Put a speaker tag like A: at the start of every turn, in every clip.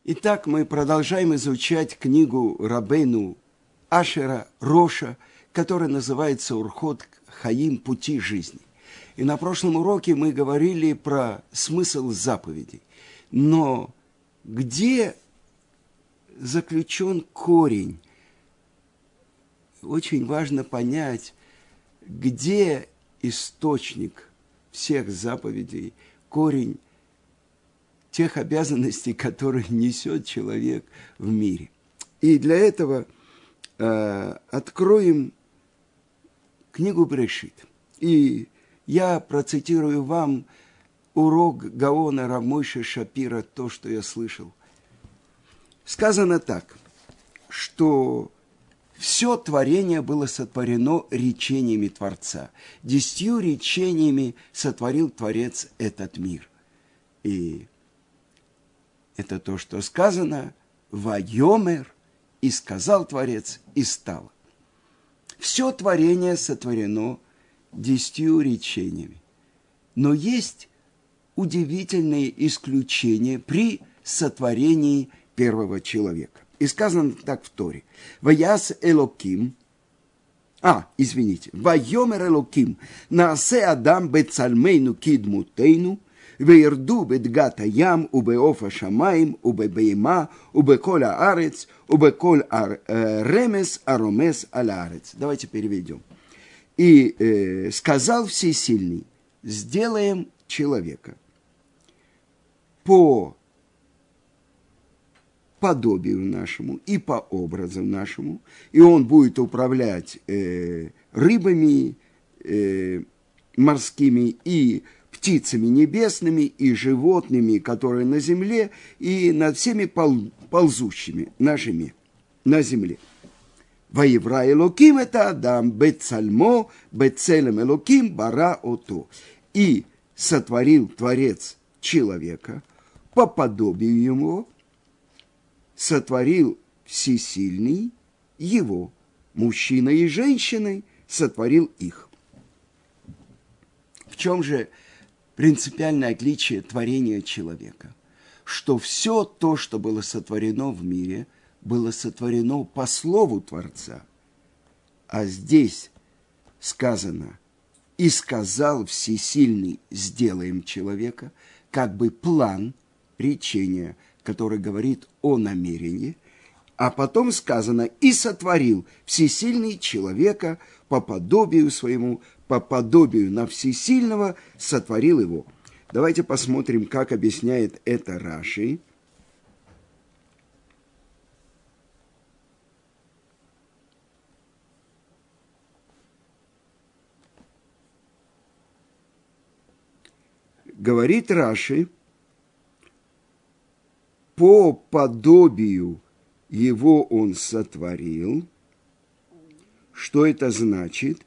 A: Итак, мы продолжаем изучать книгу Рабейну Ашера Роша, которая называется «Урхот Хаим. Пути жизни». И на прошлом уроке мы говорили про смысл заповедей. Но где заключен корень? Очень важно понять, где источник всех заповедей, корень тех обязанностей, которые несет человек в мире. И для этого откроем книгу Брешит. И я процитирую вам урок Гаона Рав Мойше Шапира, то, что я слышал. Сказано так, что все творение было сотворено речениями Творца. 10 речениями сотворил Творец этот мир. И это то, что сказано «Вайомер», и сказал Творец, и стало. Все творение сотворено 10 речениями. Но есть удивительные исключения при сотворении первого человека. И сказано так в Торе. «Ваяс Элоким», «Вайомер Элоким, наасе Адам бецальмейну кидмутейну, וירדו בדגת הים ובעוף השמיים ובבהמה ובכל הארץ ובכל רמס הרומס על הארץ». Давайте переведем. И сказал Всесильный: сделаем человека по подобию нашему и по образу нашему, и он будет управлять рыбами морскими и птицами небесными и животными, которые на земле, и над всеми ползущими на земле. «Ваевра Элоким» – это Адам, «Бецальмо», «Бецелем Элоким», «Бара ото». И сотворил Творец человека по подобию его, сотворил Всесильный его, мужчиной и женщиной сотворил их. В чем же принципиальное отличие творения человека? Что все то, что было сотворено в мире, было сотворено по слову Творца. А здесь сказано: «И сказал Всесильный, сделаем человека», как бы план речения, который говорит о намерении. А потом сказано: «И сотворил Всесильный человека по подобию своему, по подобию на Всесильного сотворил его». Давайте посмотрим, как объясняет это Раши. Говорит Раши: по подобию его он сотворил. Что это значит?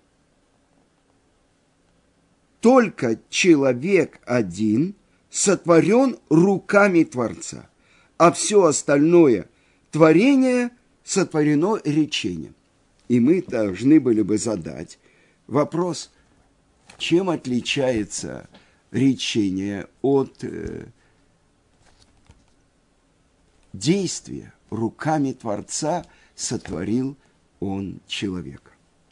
A: Только человек один сотворен руками Творца, а все остальное творение сотворено речением. И мы должны были бы задать вопрос, чем отличается речение от действия. Руками Творца сотворил он человека.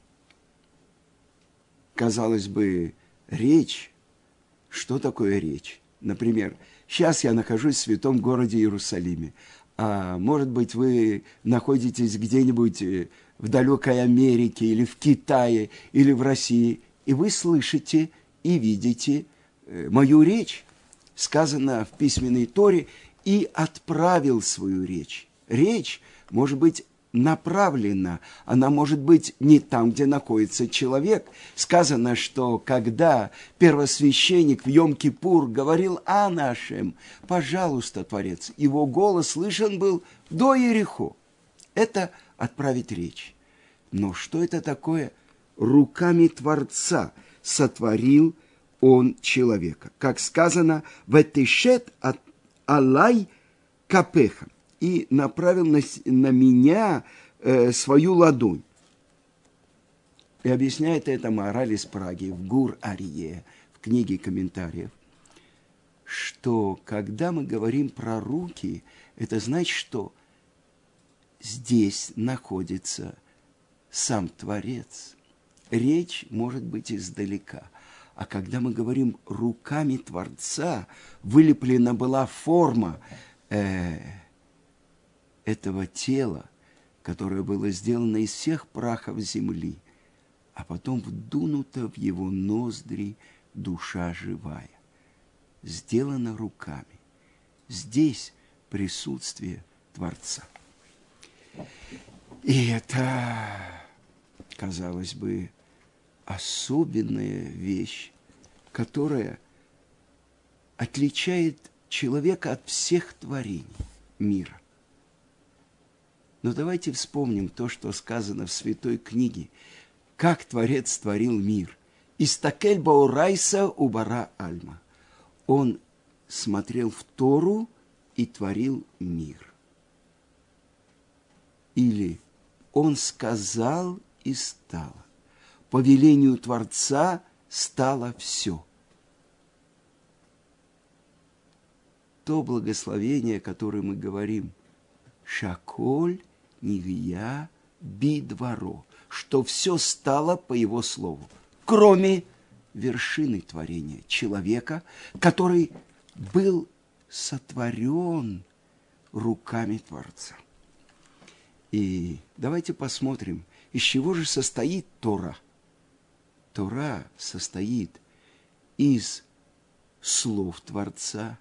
A: Казалось бы, речь. Что такое речь? Например, сейчас я нахожусь в святом городе Иерусалиме, а может быть, вы находитесь где-нибудь в далекой Америке или в Китае или в России, и вы слышите и видите мою речь. Сказано в письменной Торе: «И отправил свою речь». Речь может быть направлена, она может быть не там, где находится человек. Сказано, что когда первосвященник в Йом-Кипур говорил о нашем, пожалуйста, Творец, его голос слышен был до Иерихо. Это отправить речь. Но что это такое? Руками Творца сотворил он человека. Как сказано: «Ветишет алай капеха», и направил на меня свою ладонь. И объясняет это Маораль из Праги в Гур Арье, в книге комментариев, что когда мы говорим про руки, это значит, что здесь находится сам Творец. Речь может быть издалека. А когда мы говорим руками Творца, вылеплена была форма этого тела, которое было сделано из всех прахов земли, а потом вдунута в его ноздри душа живая. Сделано руками. Здесь присутствие Творца. И это, казалось бы, особенная вещь, которая отличает человека от всех творений мира. Но давайте вспомним то, что сказано в Святой книге, как Творец творил мир. «Истакель баурайса убара альма». Он смотрел в Тору и творил мир. Или он сказал и стало. По велению Творца стало все. То благословение, которое мы говорим, «Шаколь нивия бидворо», что все стало по его слову, кроме вершины творения человека, который был сотворен руками Творца. И давайте посмотрим, из чего же состоит Тора. Тора состоит из слов Творца,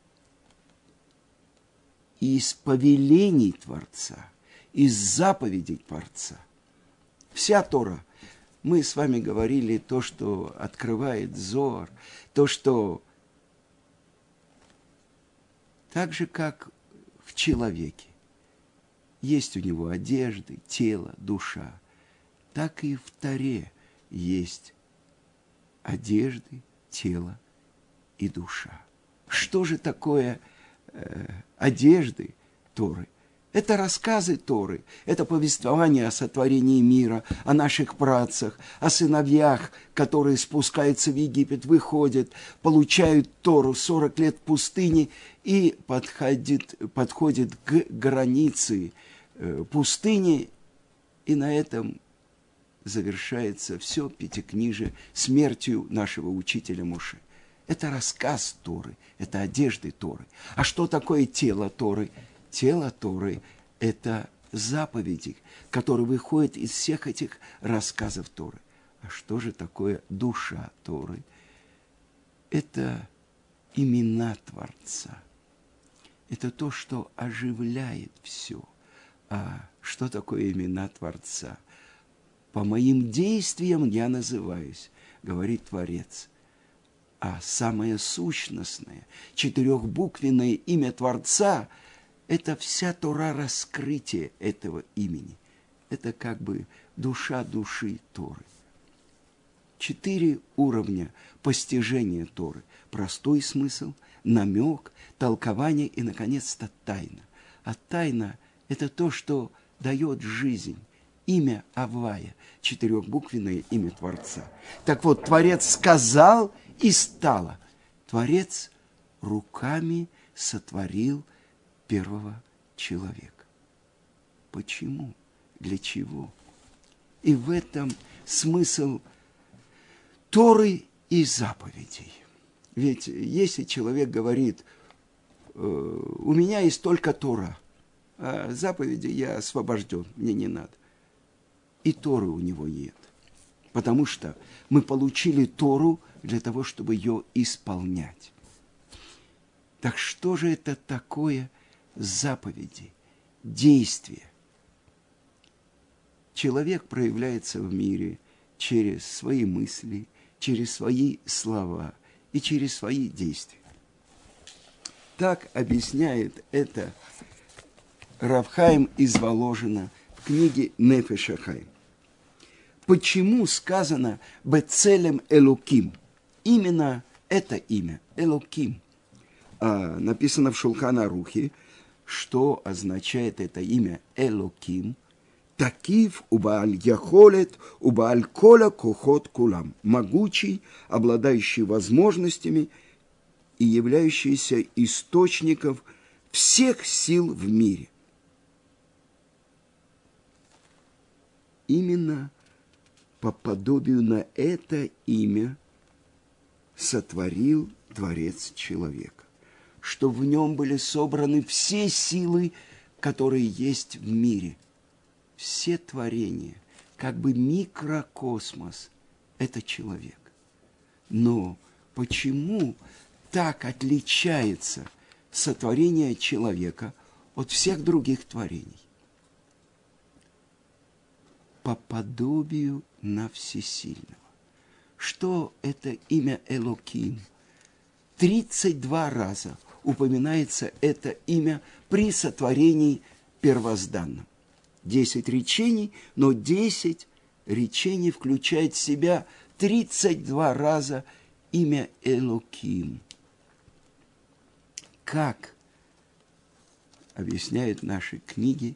A: из повелений Творца, из заповедей Творца. Вся Тора. Мы с вами говорили то, что открывает Зоар, то, что так же, как в человеке, есть у него одежды, тело, душа, так и в Торе есть одежды, тело и душа. Что же такое одежды Торы? Это рассказы Торы, это повествование о сотворении мира, о наших працах, о сыновьях, которые спускаются в Египет, выходят, получают Тору 40 лет в пустыне и подходят к границе пустыни, и на этом завершается все пятикнижие смертью нашего учителя Моше. Это рассказ Торы, это одежды Торы. А что такое тело Торы? Тело Торы – это заповеди, которые выходят из всех этих рассказов Торы. А что же такое душа Торы? Это имена Творца. Это то, что оживляет все. А что такое имена Творца? По моим действиям я называюсь, говорит Творец. А самое сущностное, четырехбуквенное имя Творца – это вся Тора раскрытия этого имени. Это как бы душа души Торы. 4 уровня постижения Торы. Простой смысл, намек, толкование и, наконец-то, тайна. А тайна – это то, что дает жизнь. Имя Аввая, четырехбуквенное имя Творца. Так вот, Творец сказал и стало. Творец руками сотворил первого человека. Почему? Для чего? И в этом смысл Торы и заповедей. Ведь если человек говорит, у меня есть только Тора, а заповеди я освобожден, мне не надо. И Торы у него нет. Потому что мы получили Тору для того, чтобы ее исполнять. Так что же это такое заповеди, действия? Человек проявляется в мире через свои мысли, через свои слова и через свои действия. Так объясняет это Рав Хаим из Воложина в книге Нефеш ха-Хаим. Почему сказано «Бецелем Элоким»? Именно это имя, Элоким. Написано в Шулхан Арухе, что означает это имя Элоким. Такив убааль яхолет, убааль кола кохот кулам. Могучий, обладающий возможностями и являющийся источником всех сил в мире. Именно по подобию на это имя сотворил Творец человека, что в нем были собраны все силы, которые есть в мире. Все творения, как бы микрокосмос, это человек. Но почему так отличается сотворение человека от всех других творений? По подобию на всесильного. Что это имя Элоким? 32 раза упоминается это имя при сотворении первозданном. 10 речений, но 10 речений включает в себя 32 раза имя Элоким. Как объясняют наши книги,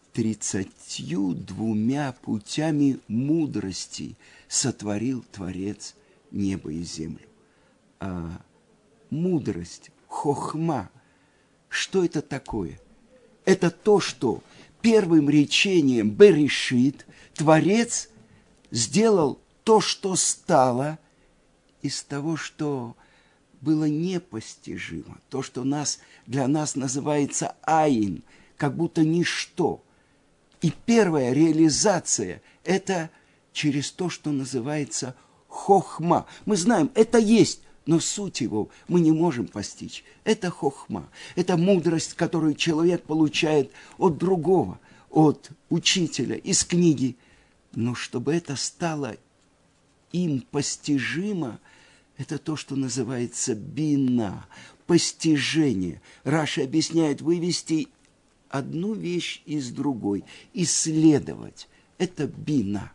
A: 32 путями мудрости сотворил Творец небо и землю. А мудрость, хохма, что это такое? Это то, что первым речением Берешит Творец сделал то, что стало из того, что было непостижимо, то, что для нас называется айн, как будто ничто. И первая реализация – это через то, что называется хохма. Мы знаем, это есть, но суть его мы не можем постичь. Это хохма, это мудрость, которую человек получает от другого, от учителя, из книги. Но чтобы это стало им постижимо, это то, что называется бина, постижение. Раши объясняет, вывести одну вещь из другой, исследовать. Это бина.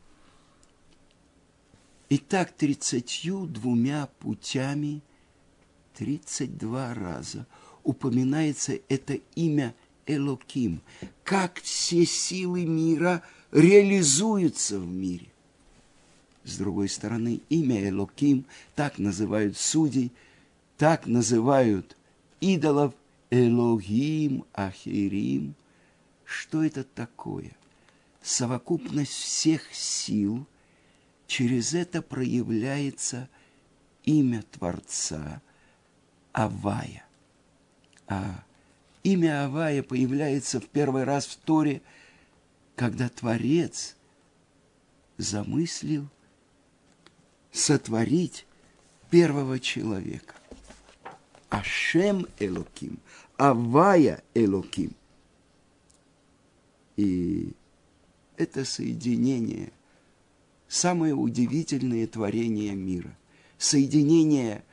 A: Итак, 32 путями, 32 раза упоминается это имя Элоким. Как все силы мира реализуются в мире. С другой стороны, имя Элоким так называют судей, так называют идолов, Элогим, Ахирим. Что это такое? Совокупность всех сил. Через это проявляется имя Творца Авая. А имя Авая появляется в первый раз в Торе, когда Творец замыслил сотворить первого человека. Ашем Элоким, Авая Элоким. И это соединение – самое удивительное творение мира. Соединение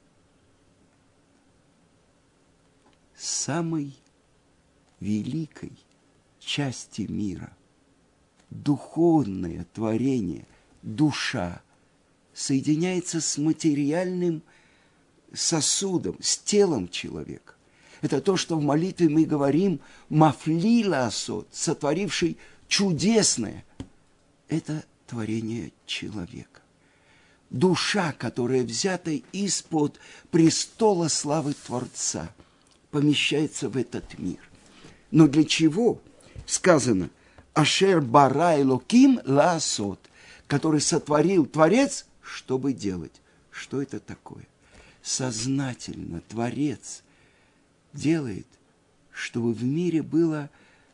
A: самой великой части мира. Духовное творение, душа, соединяется с материальным сосудом, с телом человека. Это то, что в молитве мы говорим «Мафли лаасот», сотворивший чудесное. Это творение человека. Душа, которая взята из-под престола славы Творца, помещается в этот мир. Но для чего? Сказано «Ашер бара элоким лаасот», который сотворил Творец, чтобы делать. Что это такое? Сознательно Творец делает, чтобы в мире была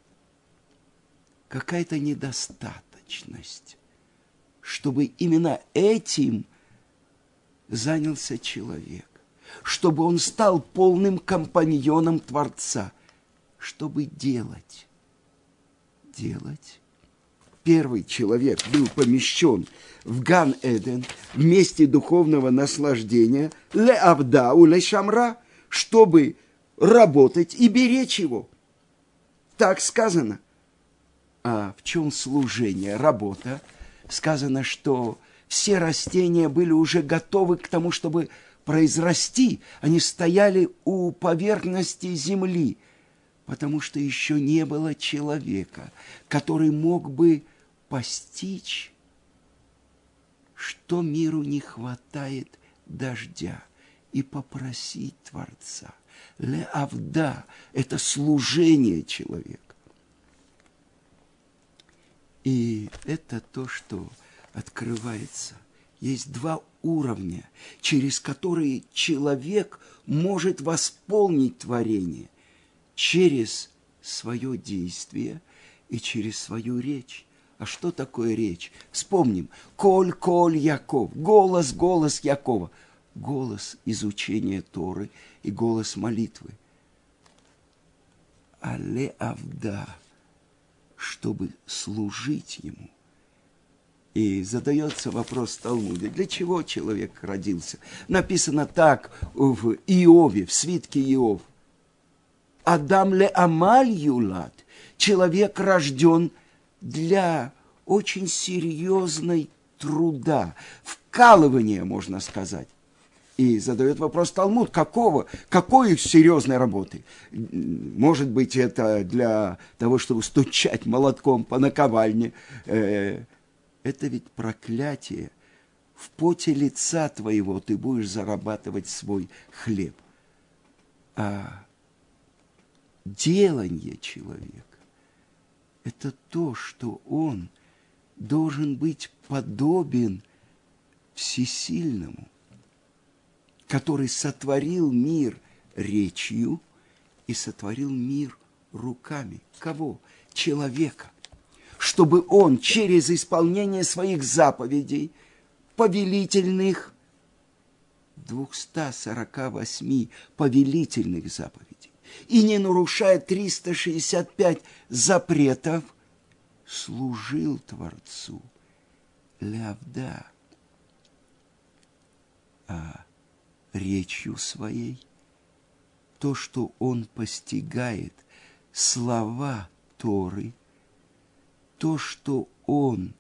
A: какая-то недостаточность, чтобы именно этим занялся человек, чтобы он стал полным компаньоном Творца, чтобы делать. Первый человек был помещен в Ган-Эден, в месте духовного наслаждения, ле-авдау, ле-шамра, чтобы работать и беречь его. Так сказано. А в чем служение, работа? Сказано, что все растения были уже готовы к тому, чтобы произрасти. Они стояли у поверхности земли, потому что еще не было человека, который мог бы постичь, что миру не хватает дождя. и попросить Творца. Леавда – это служение человека. И это то, что открывается. Есть два уровня, через которые человек может восполнить творение. Через свое действие и через свою речь. А что такое речь? Вспомним. Коль Яков. Голос Якова. Голос изучения Торы и голос молитвы. Але Авда, чтобы служить ему. И задается вопрос в Талмуде, для чего человек родился? Написано так в Иове, в свитке Иов. Адам ле амаль юлад. Человек рожден для очень серьезной труда, вкалывания, можно сказать. И задает вопрос Талмуд, какой серьезной работы? Может быть, это для того, чтобы стучать молотком по наковальне. Это ведь проклятие. В поте лица твоего ты будешь зарабатывать свой хлеб. А делание человека – это то, что он должен быть подобен всесильному, который сотворил мир речью и сотворил мир руками. Кого? Человека. Чтобы он через исполнение своих заповедей, повелительных, 248 повелительных заповедей, и не нарушая 365 запретов, служил Творцу. Лявда. А речью своей, то, что он постигает, слова Торы, то, что он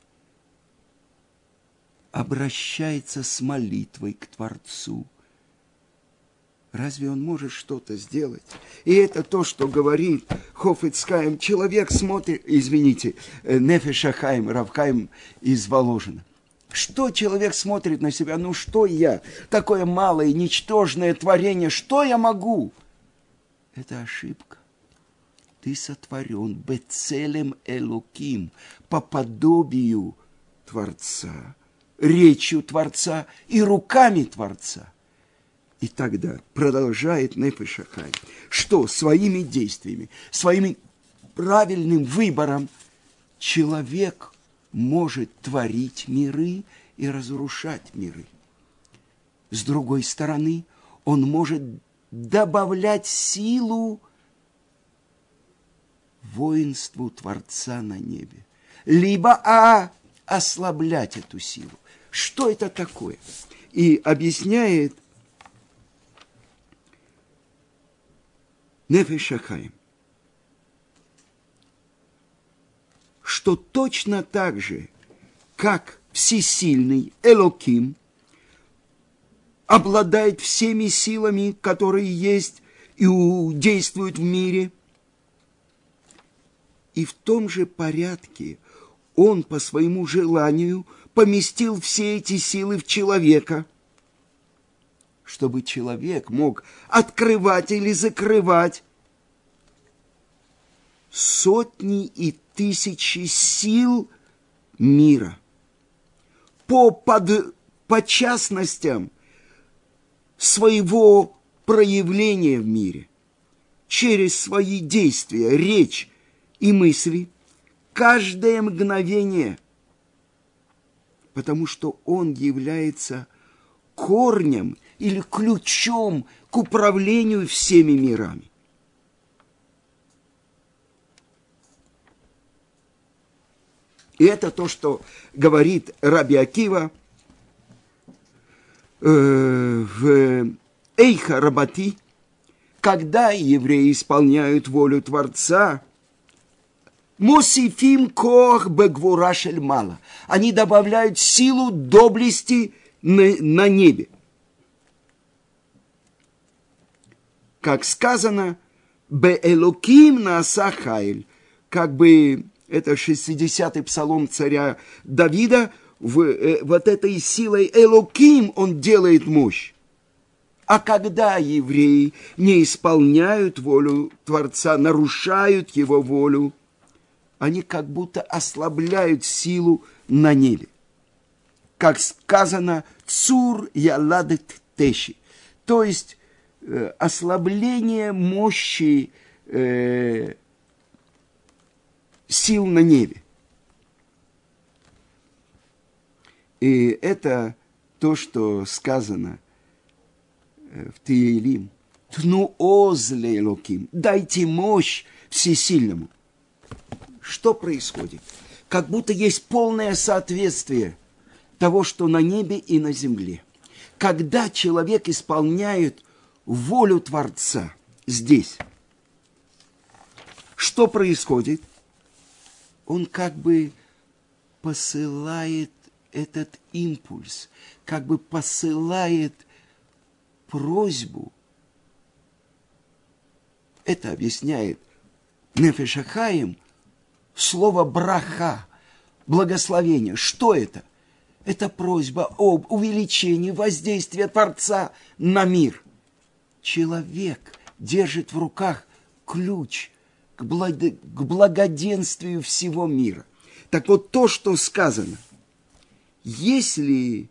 A: обращается с молитвой к Творцу. Разве он может что-то сделать? И это то, что говорит Хафец Хаим. Человек смотрит, Нефеш Хаим, Рав Хаим из Воложина. Что человек смотрит на себя? Ну что я? Такое малое, ничтожное творение. Что я могу? Это ошибка. Ты сотворен бецелем элоким, по подобию Творца, речью Творца и руками Творца. И тогда продолжает Нефеш Хаим, что своими действиями, своим правильным выбором человек может творить миры и разрушать миры. С другой стороны, он может добавлять силу воинству Творца на небе, либо ослаблять эту силу. Что это такое? И объясняет Нефеш Хаим, что точно так же, как всесильный Элоким обладает всеми силами, которые есть и действуют в мире, и в том же порядке он по своему желанию поместил все эти силы в человека, чтобы человек мог открывать или закрывать сотни и тысячи сил мира по частностям своего проявления в мире, через свои действия, речь и мысли, каждое мгновение, потому что он является корнем или ключом к управлению всеми мирами. И это то, что говорит Раби Акива в Эйха Рабати, когда евреи исполняют волю Творца, Мосифим коах бегвура шель мала. Они добавляют силу доблести на небе. Как сказано, беэлоким нааса хайль, как бы это 60-й псалом царя Давида, вот этой силой Элоким он делает мощь. А когда евреи не исполняют волю Творца, нарушают его волю, они как будто ослабляют силу на небе. Как сказано, цур яладет теши, то есть ослабление мощи сил на небе. И это то, что сказано в Теилим. Тну озле локим, дайте мощь всесильному. Что происходит? Как будто есть полное соответствие того, что на небе и на земле. Когда человек исполняет волю Творца здесь, что происходит? Он как бы посылает этот импульс, как бы посылает просьбу. Это объясняет Нефеш ха-Хаим, слово браха, благословение. Что это? Это просьба об увеличении воздействия Творца на мир. Человек держит в руках ключ к благоденствию всего мира. Так вот, то, что сказано, если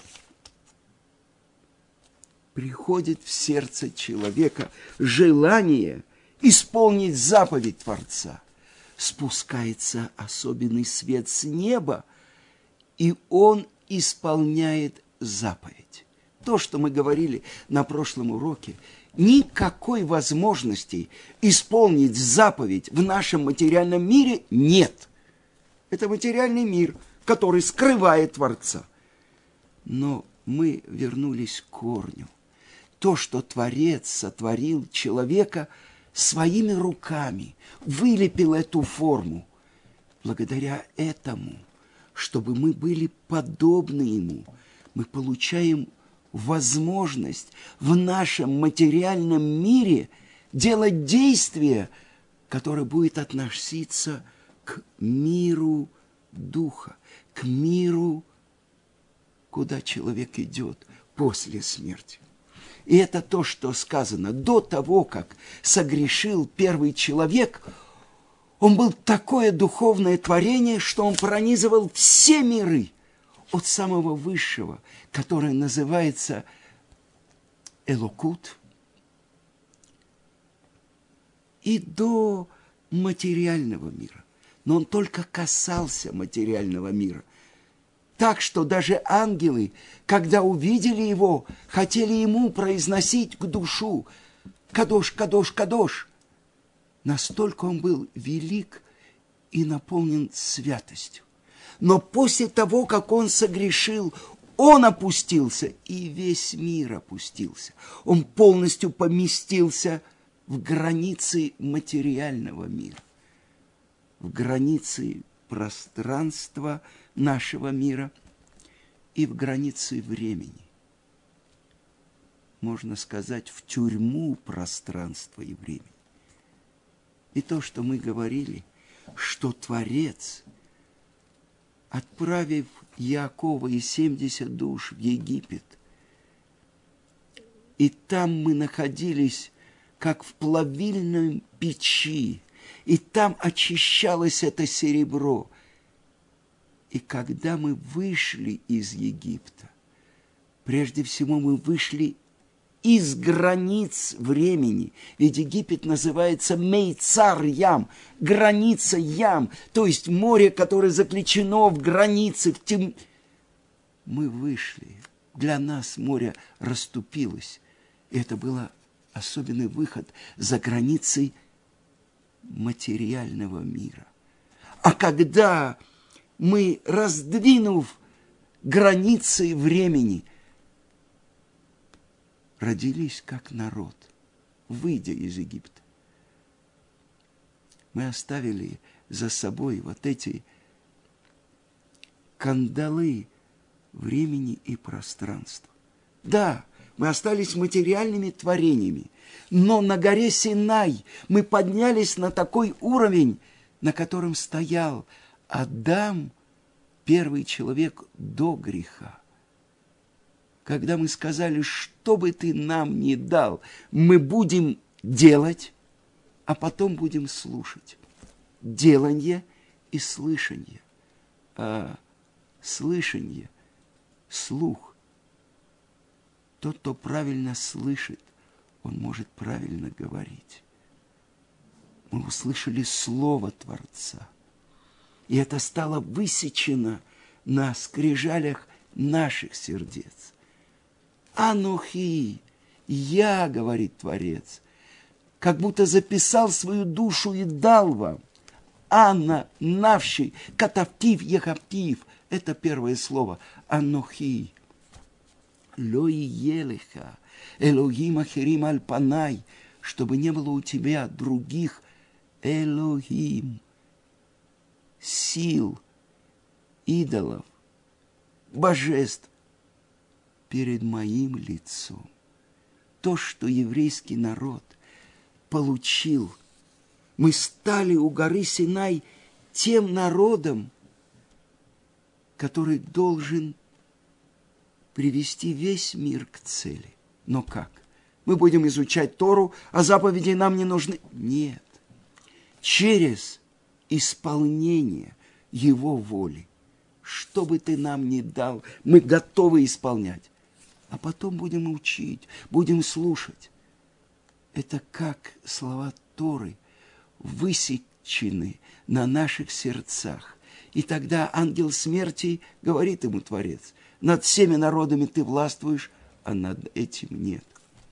A: приходит в сердце человека желание исполнить заповедь Творца, спускается особенный свет с неба, и он исполняет заповедь. То, что мы говорили на прошлом уроке, никакой возможности исполнить заповедь в нашем материальном мире нет. Это материальный мир, который скрывает Творца. Но мы вернулись к корню. То, что Творец сотворил человека своими руками, вылепил эту форму. Благодаря этому, чтобы мы были подобны Ему, мы получаем возможность в нашем материальном мире делать действие, которое будет относиться к миру духа, к миру, куда человек идет после смерти. И это то, что сказано. До того, как согрешил первый человек, он был такое духовное творение, что он пронизывал все миры, от самого высшего, которое называется Элокут, и до материального мира. Но он только касался материального мира. Так что даже ангелы, когда увидели его, хотели ему произносить к душу «Кадош, Кадош, Кадош». Настолько он был велик и наполнен святостью. Но после того, как он согрешил, он опустился, и весь мир опустился. Он полностью поместился в границы материального мира, в границы пространства нашего мира и в границы времени. Можно сказать, в тюрьму пространства и времени. И то, что мы говорили, что Творец, отправив Иакова и 70 душ в Египет, и там мы находились, как в плавильной печи, и там очищалось это серебро. И когда мы вышли из Египта, прежде всего мы вышли из границ времени. Ведь Египет называется Мейцар-Ям, граница Ям, то есть море, которое заключено в границе, в Мы вышли, для нас море расступилось. И это был особенный выход за границей материального мира. А когда мы, раздвинув границы времени, родились как народ, выйдя из Египта, мы оставили за собой вот эти кандалы времени и пространства. Да, мы остались материальными творениями, но на горе Синай мы поднялись на такой уровень, на котором стоял Адам, первый человек до греха. когда мы сказали, что бы ты нам ни дал, мы будем делать, а потом будем слушать. Деланье и слышанье. А слышанье, слух. Тот, кто правильно слышит, он может правильно говорить. Мы услышали слово Творца. И это стало высечено на скрижалях наших сердец. Анухи, я, говорит Творец, как будто записал свою душу и дал вам. Анна, навший, катавтив, ехаптив. Это первое слово. Анухи. Ло елеха, Элогим ахерим аль-панай, чтобы не было у тебя других Элогим, сил, идолов, божеств перед моим лицом. То, что еврейский народ получил, мы стали у горы Синай тем народом, который должен привести весь мир к цели. Но как? Мы будем изучать Тору, а заповеди нам не нужны? Нет. Через исполнение Его воли. Что бы ты нам ни дал, мы готовы исполнять. А потом будем учить, будем слушать. Это как слова Торы высечены на наших сердцах. И тогда ангел смерти говорит ему Творец: над всеми народами ты властвуешь, а над этим нет.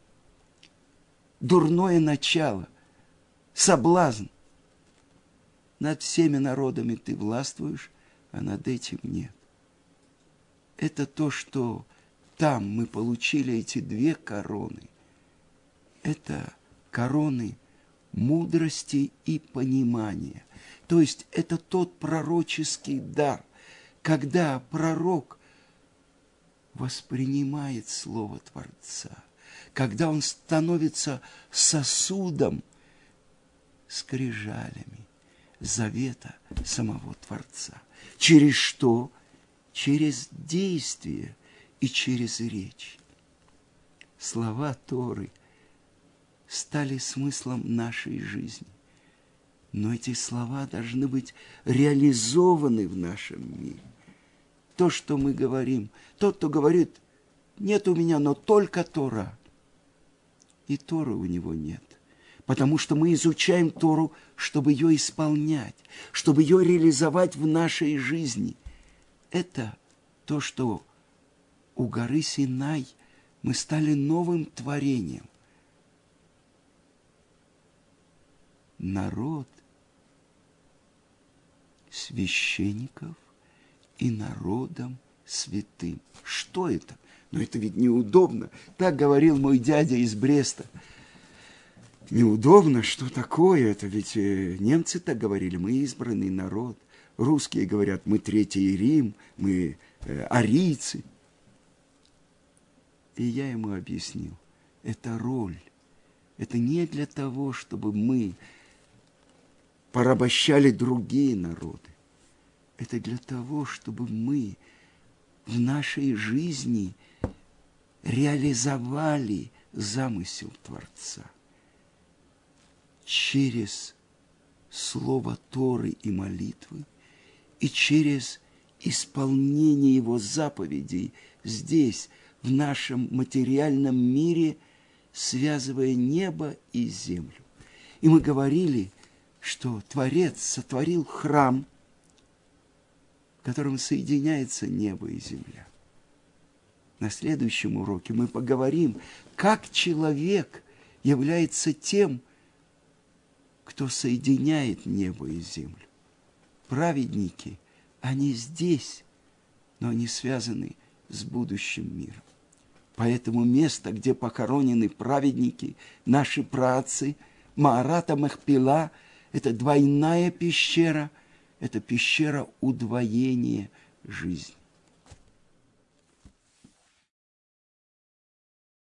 A: Дурное начало, соблазн. Над всеми народами ты властвуешь, а над этим нет. Это то, что там мы получили эти две короны. Это короны мудрости и понимания. То есть это тот пророческий дар, когда пророк воспринимает Слово Творца, когда он становится сосудом, скрижалями завета самого Творца. Через что? Через действие и через речь. Слова Торы стали смыслом нашей жизни. Но эти слова должны быть реализованы в нашем мире. То, что мы говорим, тот, кто говорит: нет у меня, но только Тора. И Торы у него нет. Потому что мы изучаем Тору, чтобы ее исполнять, чтобы ее реализовать в нашей жизни. Это то, что у горы Синай мы стали новым творением. Народ священников и народом святым. Что это? Но это ведь неудобно. Так говорил мой дядя из Бреста. Неудобно? Что такое? Это ведь немцы так говорили. Мы избранный народ. Русские говорят: мы Третий Рим, мы арийцы. И я ему объяснил. Это роль. Это не для того, чтобы мы порабощали другие народы. Это для того, чтобы мы в нашей жизни реализовали замысел Творца. Через слово Торы и молитвы, и через исполнение Его заповедей здесь, в нашем материальном мире, связывая небо и землю. И мы говорили, что Творец сотворил храм, в котором соединяется небо и земля. На следующем уроке мы поговорим, как человек является тем, кто соединяет небо и землю. Праведники, они здесь, но они связаны с будущим миром. Поэтому место, где похоронены праведники, наши праотцы, Маарата Махпила, это двойная пещера, это пещера удвоения жизни.